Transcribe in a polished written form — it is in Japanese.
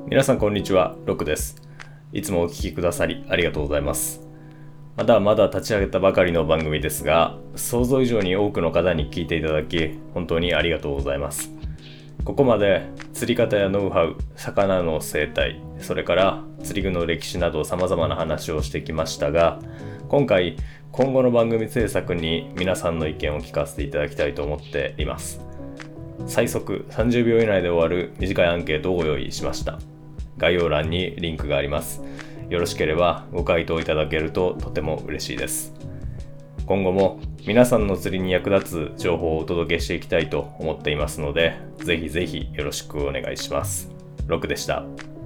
皆さんこんにちは、ロクです。いつもお聞きくださりありがとうございます。まだまだ立ち上げたばかりの番組ですが、想像以上に多くの方に聞いていただき、本当にありがとうございます。ここまで釣り方やノウハウ、魚の生態、それから釣り具の歴史など様々な話をしてきましたが、今後の番組制作に皆さんの意見を聞かせていただきたいと思っています。最速30秒以内で終わる短いアンケートをご用意しました。概要欄にリンクがあります。よろしければご回答いただけるととても嬉しいです。今後も皆さんの釣りに役立つ情報をお届けしていきたいと思っていますので、ぜひぜひよろしくお願いします。ロクでした。